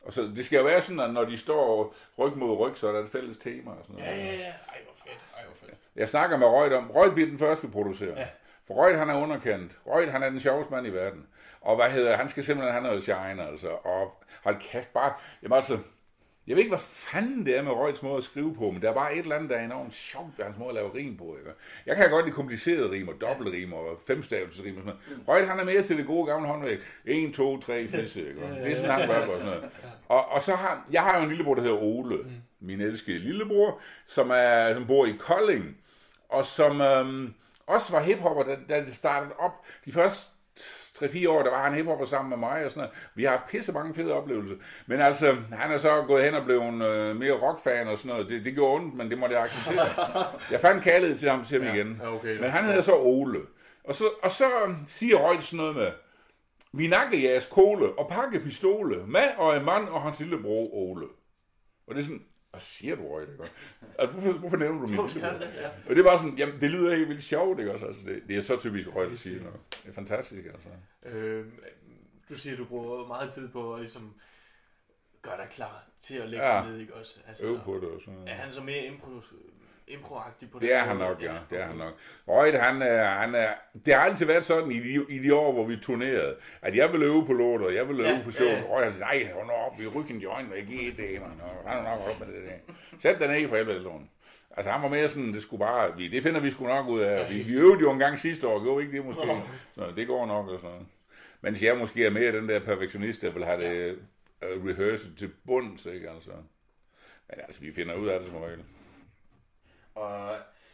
Og så, det skal jo være sådan, at når de står ryg mod ryg, så er der et fælles tema og sådan noget. Ja, ja, ja. Ej, hvor fedt. Ej, hvor fedt. Jeg snakker med Røgt om, Røgt bliver den første, vi producerer. Ja. For Røgt, han er underkendt. Røgt, han er den sjoveste mand i verden. Og hvad hedder, han skal simpelthen have noget shine, altså. Og hold kæft, bare, jamen altså, jeg ved ikke, hvad fanden det er med Røgts måde at skrive på, men der er bare et eller andet, der er enormt sjovt ved hans måde at lave rim på, ikke? Jeg kan godt lide komplicerede rim og dobbeltrim og femstavelsesrim og sådan noget. Røgt, han er mere til det gode gamle håndværk. en, to, tre, fisse, ikke? Det er sådan, han gør og sådan noget. Og, og så har, jeg har jo en lillebror, der hedder Ole, min elskede lillebror, som, er, som bor i Kolding, og som øhm, også var hiphopper, da, da det startede op. De første tre fire år, der var han hiphopper sammen med mig og sådan noget. Vi har pisse mange fede oplevelser. Men altså, han er så gået hen og blevet øh, mere rockfan og sådan noget. Det, det gjorde ondt, men det måtte jeg acceptere. Jeg fandt kærlighed til ham til ham igen. Ja, okay, men han hedder så Ole. Og så, og så siger Røgt sådan noget med, vi nakker jeres kåle og pakke pistole, med og en mand og hans lillebror Ole. Og det er sådan, hvad siger du, Røgt, ikke? Altså, hvorfor, hvorfor nævner du min lillebror? Og det var sådan, jamen, det lyder helt vildt sjovt, ikke også? Altså, det, det er så typisk Røgt at sige noget. Det er fantastisk, altså. Øh, du siger, du bruger meget tid på at ligesom gøre dig klar til at lægge ja. ned, ikke også? Altså, øve på det og sådan noget. Er han så mere impro, improagtig på det? Det er han nok, ja. Det er han nok. Røgt, han er, han er, det har altid været sådan i de, i de år, hvor vi turnerede, at jeg vil øve på låter, jeg vil øve ja, på show. Ja, ja. Røgt, han siger, nej, hold op, vi rykker en joint, og jeg giver det, man. Og han er nok op med det der. Sæt den af for helvede, lån. Altså han var mere sådan, det skulle bare, vi, det finder vi sgu nok ud af. Vi, vi øvede jo en gang sidste år, gjorde ikke det måske? Så det går nok og sådan. Men jeg måske er mere den der perfektionist, der vil have det uh, rehearsed til bunds, ikke altså. Men altså, vi finder ud af det som regel. Og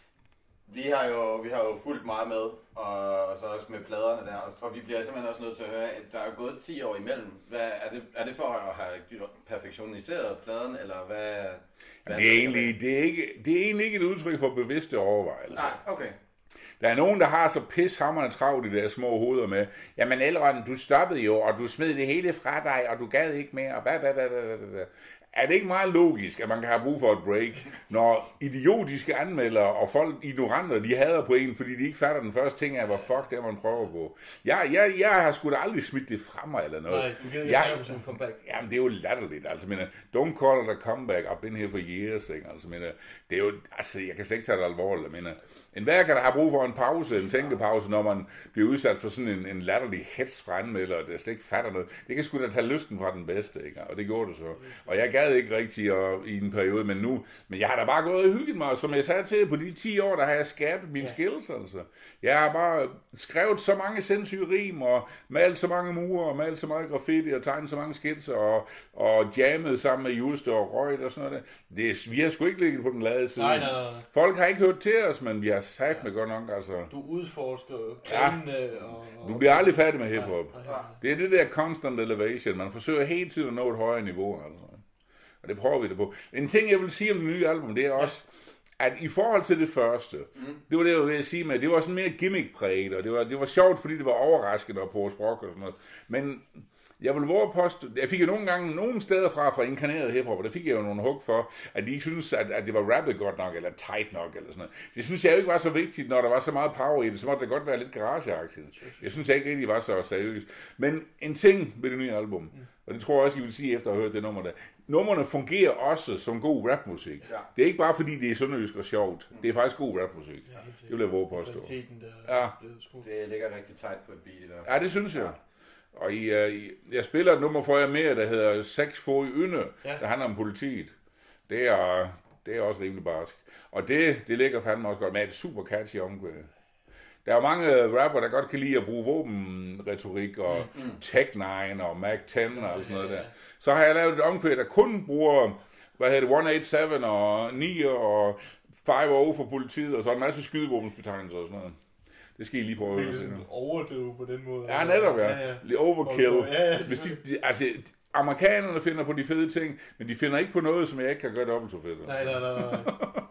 vi har jo, vi har jo fulgt meget med, og så også med pladerne der, og vi bliver simpelthen også nødt til at høre, at der er gået ti år imellem. Hvad, er, det, er det for at have perfektioniseret pladen, eller hvad? hvad det, er egentlig, det, er ikke, det er egentlig ikke et udtryk for bevidste overvejelser. Nej, okay. Der er nogen, der har så pishammerende travlt i deres små hoveder med, jamen Elrond, du stoppede jo, og du smed det hele fra dig, og du gad ikke mere, og bla bla bla bla bla. Er det ikke meget logisk, at man kan have brug for et break, når idiotiske anmeldere og folk ignoranter, de hader på en, fordi de ikke fatter den første ting af, hvor fuck det er, man prøver på. Jeg, jeg, jeg har sgu da aldrig smidt det fra mig eller noget. Nej, du gider ikke sige, som comeback. Jamen, det er jo latterligt. Altså, mener, don't call it a comeback, I've been here for years, ikke? Altså, mener, det er jo, altså, jeg kan slet ikke tage det alvorligt. Mener, en hver kan der have brug for en pause, en tænkepause, når man bliver udsat for sådan en, en latterlig hets fra anmeldere, der slet ikke fatter noget. Det kan sgu da tage lysten fra den bedste, ikke? Og det gjorde det så. Og jeg gad ikke rigtig og, i en periode, men nu, men jeg har da bare gået og hygget mig, og som jeg sagde til, på de ti år, der har jeg skabt mine ja. skills, altså. Jeg har bare skrevet så mange sindssyge rim, og malet så mange mure, og malet så meget graffiti, og tegnet så mange skitser, og, og jammet sammen med Just og Røgt og sådan noget der. Det er, vi har sgu ikke ligget på den lade side. Nej, nej, nej. Folk har ikke hørt til os, men vi har sagt ja. med godt nok, altså. Du udforsker kæmpe, ja. og, og... Du bliver aldrig færdig med hiphop. Ja, ja, ja. Det er det der constant elevation. Man forsøger hele tiden at nå et højere niveau, altså. Og det prøver vi det på. En ting, jeg vil sige om det nye album, det er også, at i forhold til det første, mm. det var det, jeg ville sige med, det var sådan mere gimmick-præget, og det var, det var sjovt, fordi det var overraskende på sprog og sådan noget. Men jeg vil våge post, jeg fik jo nogle gange, nogle steder fra, fra inkarneret hiphop, og der fik jeg jo nogle hug for, at de ikke synes, at, at det var rappet godt nok, eller tight nok, eller sådan noget. Det synes jeg jo ikke var så vigtigt, når der var så meget power i det, så måtte det godt være lidt garageagtigt. Jeg synes jeg ikke rigtig var så seriøst. Men en ting ved det nye album, mm. og det tror jeg også, I vil sige efter at have hørt det nummer der, nummerne fungerer også som god rapmusik. Ja. Det er ikke bare fordi, det er sønderjysk og sjovt. Det er faktisk god rapmusik. Ja, det vil jeg våge påstå. Kvaliteten, der ja. Det ligger rigtig tight på et beat i hvert fald. Ja, det synes jeg. Ja. Og I, uh, jeg spiller et nummer for jer mere, der hedder Seks få i ynde, ja. der handler om politiet. Det er, det er også rimelig barsk. Og det, det ligger fandme også godt med et super catchy omkvæd. Der er jo mange rapper, der godt kan lide at bruge våbenretorik og mm, mm. Tech nine og Mac ti og sådan noget der. Så har jeg lavet et omkvæd, der kun bruger, hvad hedder det, et otte syv og ni og fem nul for politiet, og så en masse skydevåbensbetegnelser og sådan noget. Det skal I lige prøve. Det er sådan overdøve på den måde. Ja, netop, ja. ja, ja. Overkill. Ja, ja, Hvis de, altså, amerikanerne finder på de fede ting, men de finder ikke på noget, som jeg ikke kan gøre dobbelt så fedt. Nej, nej, nej, nej.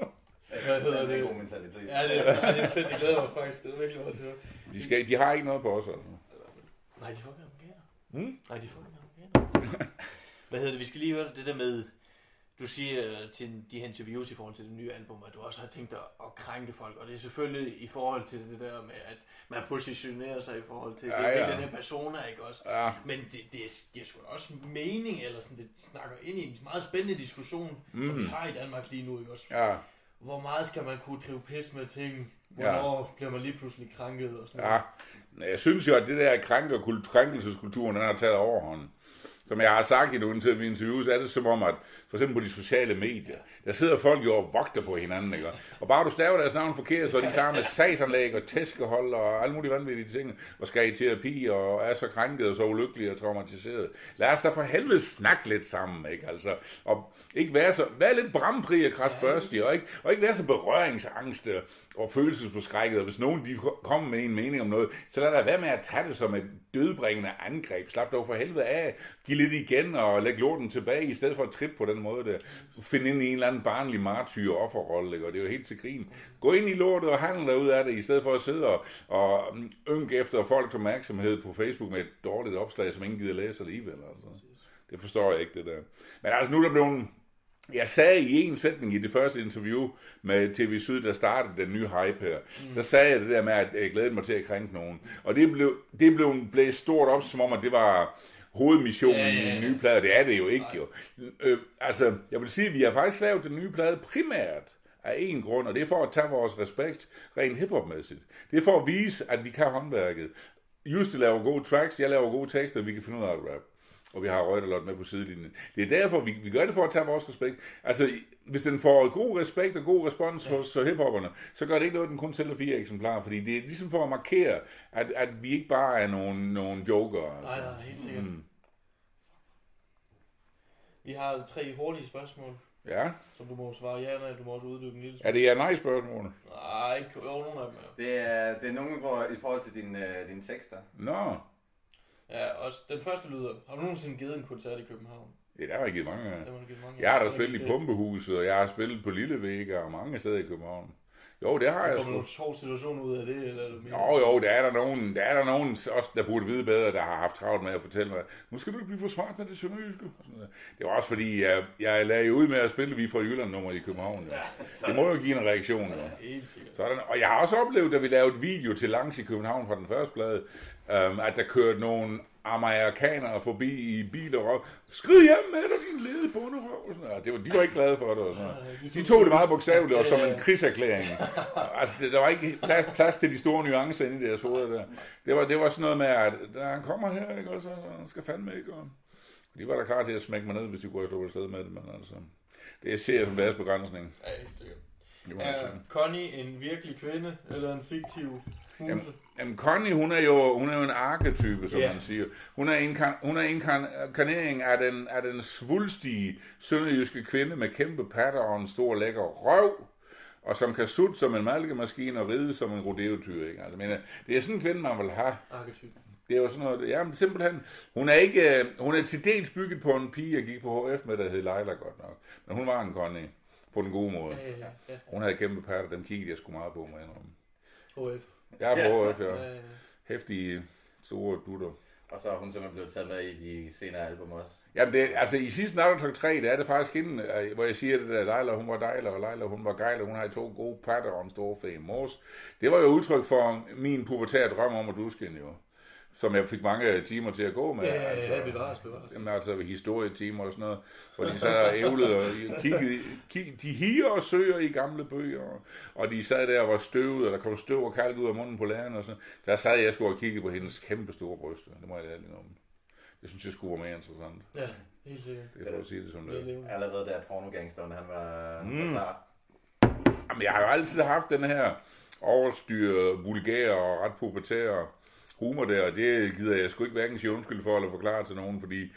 Hvad hedder det? Det er god mentalitet. Ja, det er, ja, det er fedt. Det glæder mig faktisk. Det er virkelig meget til. De, skal, de har ikke noget på os, altså. Nej, de får ikke amerikaner. Hmm? Nej, de får ikke amerikaner. Hvad hedder det? Vi skal lige høre det der med... du siger til de her interviews i forhold til det nye album, at du også har tænkt dig at krænke folk, og det er selvfølgelig i forhold til det der med, at man positionerer sig i forhold til ja, det, ja. den her persona, ikke også? Ja. Men det, det giver sgu også mening, eller sådan, det snakker ind i en meget spændende diskussion, mm. som vi har i Danmark lige nu, ikke også? Ja. Hvor meget skal man kunne drive pis med ting? Hvornår ja. bliver man lige pludselig krænket og sådan noget? Ja, jeg synes jo, at det der krænker, krænkelseskulturen, den har taget overhånden. Som jeg har sagt i nogle interviews, er det som om, at for eksempel på de sociale medier, der sidder folk jo og vogter på hinanden, ikke? Og bare du staver deres navn forkert, så er de klar med sagsanlæg og tæskehold og alle mulige vanvittige ting, og skal i terapi og er så krænket og så ulykkelig og traumatiseret. Lad os da for helvede snakke lidt sammen, ikke? Altså, og ikke være så, være lidt bramfri og krasbørstig, og ikke, og ikke være så berøringsangste og følelsesforskrækket, og hvis nogen de kommer med en mening om noget, så lad der være med at tage det som et dødbringende angreb. Slap dog for helvede af, giv lidt igen og læg lorten tilbage, i stedet for at trippe på den måde der. Find ind i en eller anden barnlig martyr offerrolle, ikke? Og det er jo helt til grin. Gå ind i lortet og handle derud af det, i stedet for at sidde og, og ynke efter folks opmærksomhed på Facebook med et dårligt opslag, som ingen gider læse alligevel. Altså. Det forstår jeg ikke, det der. Men altså, nu er der blevet... Jeg sagde i en sætning i det første interview med T V Syd, der startede den nye hype her, mm. der sagde jeg det der med, at jeg glædede mig til at krænke nogen. Og det blev, det blev blæst stort op, som om, at det var hovedmissionen ja, ja, ja. i den nye plade. Det er det jo ikke, jo. Øh, altså, jeg vil sige, at vi har faktisk lavet den nye plade primært af en grund, og det er for at tage vores respekt rent hiphopmæssigt. Det er for at vise, at vi kan håndværket. Juste laver gode tracks, jeg laver gode tekster, og vi kan finde ud af at rap. Og vi har Røgterlot med på sidelinjen. Det er derfor, vi, vi gør det for at tage vores respekt. Altså, hvis den får god respekt og god respons ja. hos hiphopperne, så gør det ikke noget, den kun sælger fire eksemplarer, fordi det er ligesom for at markere, at, at vi ikke bare er nogle, nogle joker. Altså. Nej, nej, helt sikkert. Mm. Vi har tre hurtige spørgsmål. Ja. Som du må svare ja, eller du må også uddybe en lille spørgsmål. Er det ja-nej-spørgsmål? Nej, ikke jo, nogle af dem. Ja. Det er, det er nogle, hvor i forhold til dine, dine tekster. Nå. No. Ja, og den første lyder, har du nogensinde givet en koncert i København? Ja, der har jeg givet mange af. mange jeg har da spillet i Pumpehuset, og jeg har spillet på Lillevægger og mange steder i København. Jo, det har jeg sgu. Kommer nogle sjov situationer ud af det? Eller jo, jo, der er der nogen, der er der nogen også, der burde vide bedre, der har haft travlt med at fortælle mig, nu skal du ikke blive for smart med det sønderjyske. Det var også fordi, jeg, jeg lagde ud med at spille Vi fra Jylland-nummer i København. Ja. Det må jo give en reaktion. Ja, sådan. Og jeg har også oplevet, da vi lavede video til langs i København fra den første plade, um, at der kørte nogle amerikanere forbi i biler og skrid hjem med dig, din lede bunderøv. Det var, de var ikke glade for det. Og sådan noget. De tog det meget bogstaveligt og som en krigserklæring. Altså, det, der var ikke plads, plads til de store nuancer inde i deres hoveder der. Det var, det var sådan noget med, at da han kommer her, ikke, og så han skal fandme ikke. Og de var da klar til at smække mig ned, hvis de kunne have slået et sted med det. Men altså, det ser jeg som deres begrænsning. Ja, helt sikkert. Er Connie en virkelig kvinde, eller en fiktiv huse? Jamen, jamen Connie, hun er jo, hun er jo en arketype, som yeah. man siger. Hun er inkarn, hun er inkarnering af den, af den svulstige sønderjyske kvinde med kæmpe patter og en stor lækker røv, og som kan sutte som en malkemaskine og ride som en rodeo-tyr. Ikke? Altså, men, det er sådan en kvinde, man vil have. Arketype. Det er jo sådan noget, jamen simpelthen, hun er ikke, hun er til dels bygget på en pige, jeg gik på H F med, der hed Leila godt nok. Men hun var en Connie. På den gode måde. Ja, ja, ja. Hun havde kæmpe patter, dem kiggede jeg sgu meget på med om. H F. Ja, på H F, ja. ja, ja. Hæftige, store dutter. Og så er hun simpelthen blevet taget med i de senere album også. Jamen, det, altså i sidste Nattog tre, der er det faktisk hende, hvor jeg siger det der, Leila, hun var dejlig, og Leila, hun var gejl, og hun havde to gode patter og en stor fæ mors. Det var jo udtryk for min pubertære drøm om at duske hende jo. Som jeg fik mange timer til at gå med. Ja, ja, altså, ja, bevares, bevares. Jamen, altså historietimer og sådan noget, hvor de sad og ævlede og kiggede, kiggede, de higer og søger i gamle bøger, og de sad der og var støvet, og der kom støv og kalk ud af munden på læreren og sådan. Der sad jeg sgu og kiggede på hendes kæmpe store bryster. Det må jeg ærligt om. Det synes jeg skulle være mere interessant. Ja, helt sikkert. Det er for at sige det som det. Allerede der pornogangsteren, han var, mm. var klar. Jamen, jeg har jo altid haft den her overstyr, vulgære og ret pubertære humor der, og det gider jeg sgu ikke hverken sige undskyld for eller forklare til nogen, fordi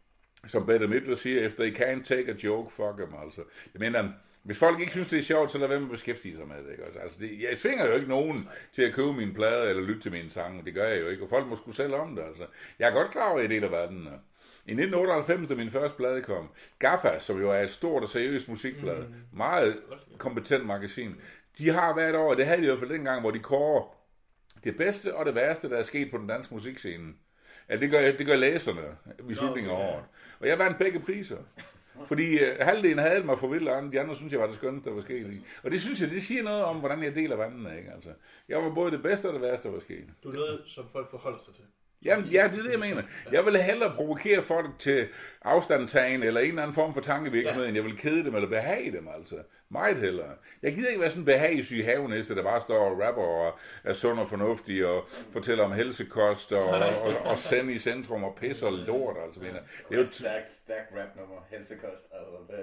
som Bette Midler siger, if they can't take a joke, fuck them, altså. Jeg mener, hvis folk ikke synes, det er sjovt, så lad være med at beskæftige sig med det, ikke? Altså, det, jeg tvinger jo ikke nogen til at købe mine plader eller lytte til mine sange, det gør jeg jo ikke, og folk må sgu selv om det, altså. Jeg er godt klar over, at jeg deler verden. I nitten otteoghalvfems, da min første plade kom, Gaffa, som jo er et stort og seriøst musikplade, mm. meget kompetent magasin, de har hvert år, det havde de i hvert fald dengang, hvor de kårer det bedste og det værste, der er sket på den danske musikscene. Ja, det gør, det gør læserne i slutningen af året. Og jeg vandt begge priser. Fordi uh, halvdelen havde mig for vildt, og de andre synes jeg var det skønne, der var sket. Og det synes jeg, det siger noget om, hvordan jeg deler vandene, ikke? Altså, jeg var både det bedste og det værste, der var sket. Du er noget, som folk forholder sig til. Jamen, ja, det er det, jeg mener. Jeg vil hellere provokere folk til afstandtagen eller en eller anden form for tankevirksomhed, ja. end jeg vil kede dem eller behage dem, altså. Meget hellere. Jeg gider ikke være sådan en behagesyg havenæste, der bare står og rapper og er sund og fornuftig og fortæller om helsekost og, og, og send i centrum og pisser og lort, altså. Det er jo et stærkt, stærkt rap-nummer, helsekost, altså.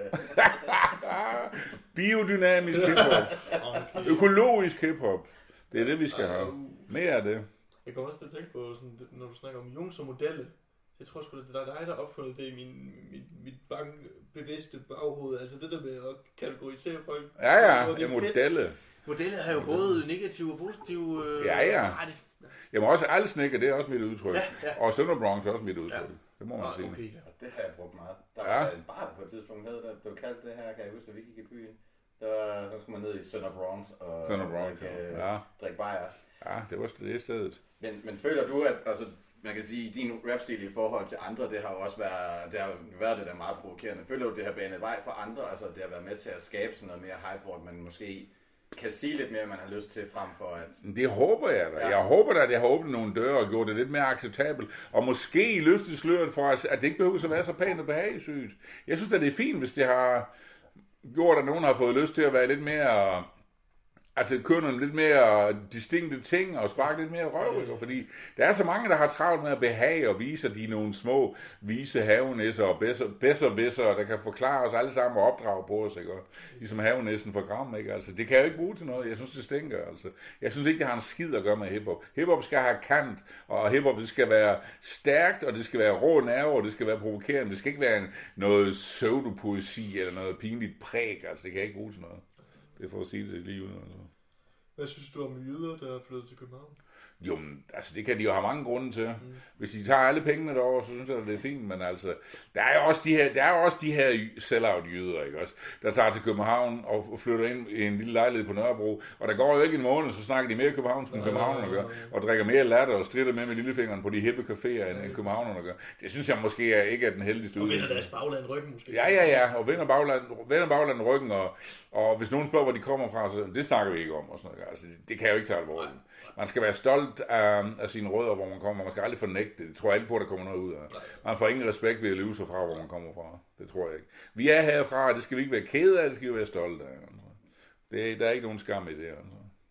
Det... Biodynamisk hiphop. Økologisk hiphop. Det er det, vi skal have. Mere af det. Jeg kommer også til at tænke på, sådan, når du snakker om Jung som modelle. Jeg tror sgu, det er dig, der har opfundet det i min, min, mit bange, bevidste baghoved. Altså det der med at kategorisere folk. Ja, ja, det er modelle. Modelle har jo både negative og positive... Øh, ja, ja. Jeg må også alsnække, det er også mit udtryk. Ja, ja. Og Sønderbronx er også mit udtryk. Ja. Det må man ah, sige. Okay. Og det har jeg brugt meget. Der var ja. en bar på et tidspunkt, der blev kaldt det her, kan jeg huske, da vi gik i byen. Der var, så skulle man ned i Sønderbronx og, Sønderbronx, og drikke, ja. drikke bajer. Ja, det var det stedet. Men, men føler du, at altså, man kan sige, din rapstil i forhold til andre, det har jo også været, det har været det der meget provokerende. Føler du, det har banet vej for andre, altså det har været med til at skabe sådan noget mere hype, hvor man måske kan sige lidt mere, man har lyst til, frem for at... Det håber jeg da. Ja. Jeg håber da, at jeg har åbnet nogle døre og gjort det lidt mere acceptabelt. Og måske løftet sløret for, at det ikke behøver at være så pænt og behagesygt. Jeg synes at det er fint, hvis det har gjort, at nogen har fået lyst til at være lidt mere... Altså køre nogle lidt mere distinkte ting og sparke lidt mere røv, fordi der er så mange, der har travlt med at behage og vise, at de er nogle små vise havenæsser og bedser-bedser, der kan forklare os alle sammen og opdrage på os, ikke? Ligesom havenæssen for Gram, ikke? Altså, det kan jeg jo ikke bruge til noget. Jeg synes, det stinker, altså. Jeg synes ikke, det har en skid at gøre med hiphop. Hiphop skal have kant, og hiphop, det skal være stærkt, og det skal være rå nerve, og det skal være provokerende. Det skal ikke være noget pseudopoesi eller noget pinligt præg, altså. Det kan jeg ikke bruge til noget. Det er for at sige det lige ud. Altså. Hvad synes du om jyder, der er flyttet til København? Jo, altså det kan de jo have mange grunde til. Mm. Hvis de tager alle pengene derover, så synes jeg, at det er fint, men altså, der er jo også de her, der er også de her sell-out jyder, ikke også, der tager til København og flytter ind i en lille lejlighed på Nørrebro, og der går jo ikke en måned, så snakker de mere københavnsk end københavnerne gør, og drikker mere latter og stritter med med lillefingeren på de hippe caféer end, end københavnerne gør. Det synes jeg måske er ikke er den heldigste udvikling. Og vinder deres bagland ryggen måske. Ja, ja, ja, og vinder bagland, vinder bagland ryggen, og, og hvis nogen spørger, hvor de kommer fra, så det snakker vi ikke om, og sådan noget. Altså, det, det kan jeg jo ikke tage alvorligt. Man skal være stolt af, af sine rødder, hvor man kommer. Man skal aldrig fornægte det. Det tror jeg ikke på, at der kommer noget ud af. Man får ingen respekt ved at leve sig fra, hvor man kommer fra. Det tror jeg ikke. Vi er herfra, og det skal vi ikke være kede af, det skal vi være stolte af. Det, der er ikke nogen skam i det. Altså.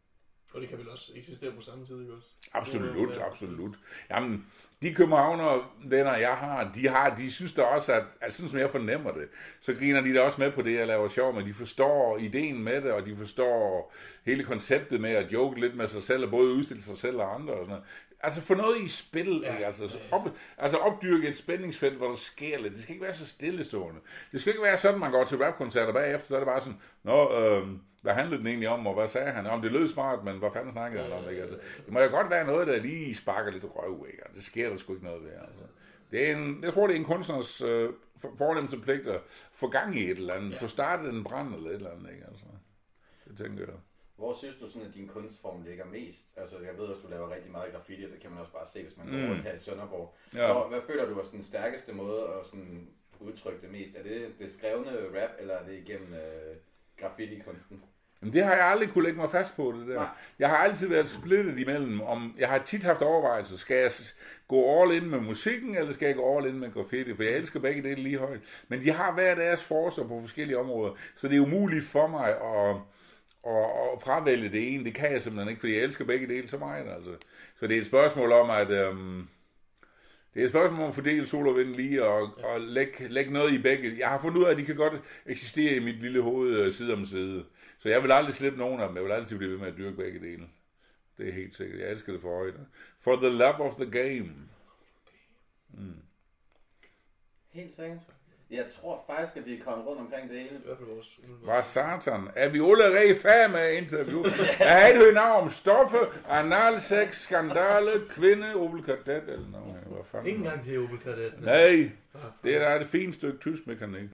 Og det kan vel også eksistere på samme tid, ikke også? Absolut, absolut. Jamen, de københavnere venner, jeg har, de har, de synes da også, at, at sådan som jeg fornemmer det, så griner de da også med på det, jeg laver sjov med. De forstår ideen med det, og de forstår hele konceptet med at joke lidt med sig selv, og både udstille sig selv og andre og sådan noget. Altså få noget i spil, ja. altså, op, altså opdyrke et spændingsfelt, hvor der sker lidt. Det skal ikke være så stillestående. Det skal ikke være sådan, man går til rapkoncerter bagefter, så er det bare sådan, nå, øh, hvad handlede den egentlig om, og hvad sagde han? Om det lød smart, men hvad fanden snakkede han om? Ikke? Altså, det må jo godt være noget, der lige sparker lidt røv, ikke? Det sker der sgu ikke noget ved. Altså. Det er en, jeg tror, det er en kunstners øh, fornemmelse pligt at få gang i et eller andet, ja. Få startet en brand eller et eller andet. Ikke? Altså, det tænker jeg. Hvor synes du sådan, at din kunstform ligger mest? Altså, jeg ved, at du laver rigtig meget graffiti, og det kan man også bare se, hvis man går mm. rundt her i Sønderborg. Ja. Hvor, hvad føler du er den stærkeste måde at sådan udtrykke det mest? Er det det skrevne rap, eller er det igennem øh, graffiti-kunsten? Men det har jeg aldrig kunne lægge mig fast på, det der. Nej. Jeg har altid været splittet imellem, om jeg har tit haft overvejelser, skal jeg gå all in med musikken, eller skal jeg gå all in med graffiti, for jeg elsker begge dele lige højt. Men de har hver deres forser på forskellige områder, så det er umuligt for mig at, at, at fravælge det ene. Det kan jeg simpelthen ikke, fordi jeg elsker begge dele så meget. Altså. Så det er et spørgsmål om, at øhm, det er et spørgsmål om at fordele sol og vind lige, og, og lægge, lægge noget i begge. Jeg har fundet ud af, at de kan godt eksistere i mit lille hoved side om side. Så jeg vil aldrig slippe nogen af dem. Jeg vil altid blive ved med at dyrke begge dele. Det er helt sikkert. Jeg elsker det for højde. For the love of the game. Mm. Helt sikkert. Jeg tror faktisk, at vi er kommet rundt omkring det hele. I hvert fald vores. Hvad satan? Er vi allerede færdige med interview? Jeg har ikke hørt navn om stoffe, analsex, skandale, kvinde, Opel Kadett eller noget. Hvad fanden? Ingen gang til Opel Kadett. Nej, det er da et fint stykke tysk mekanik.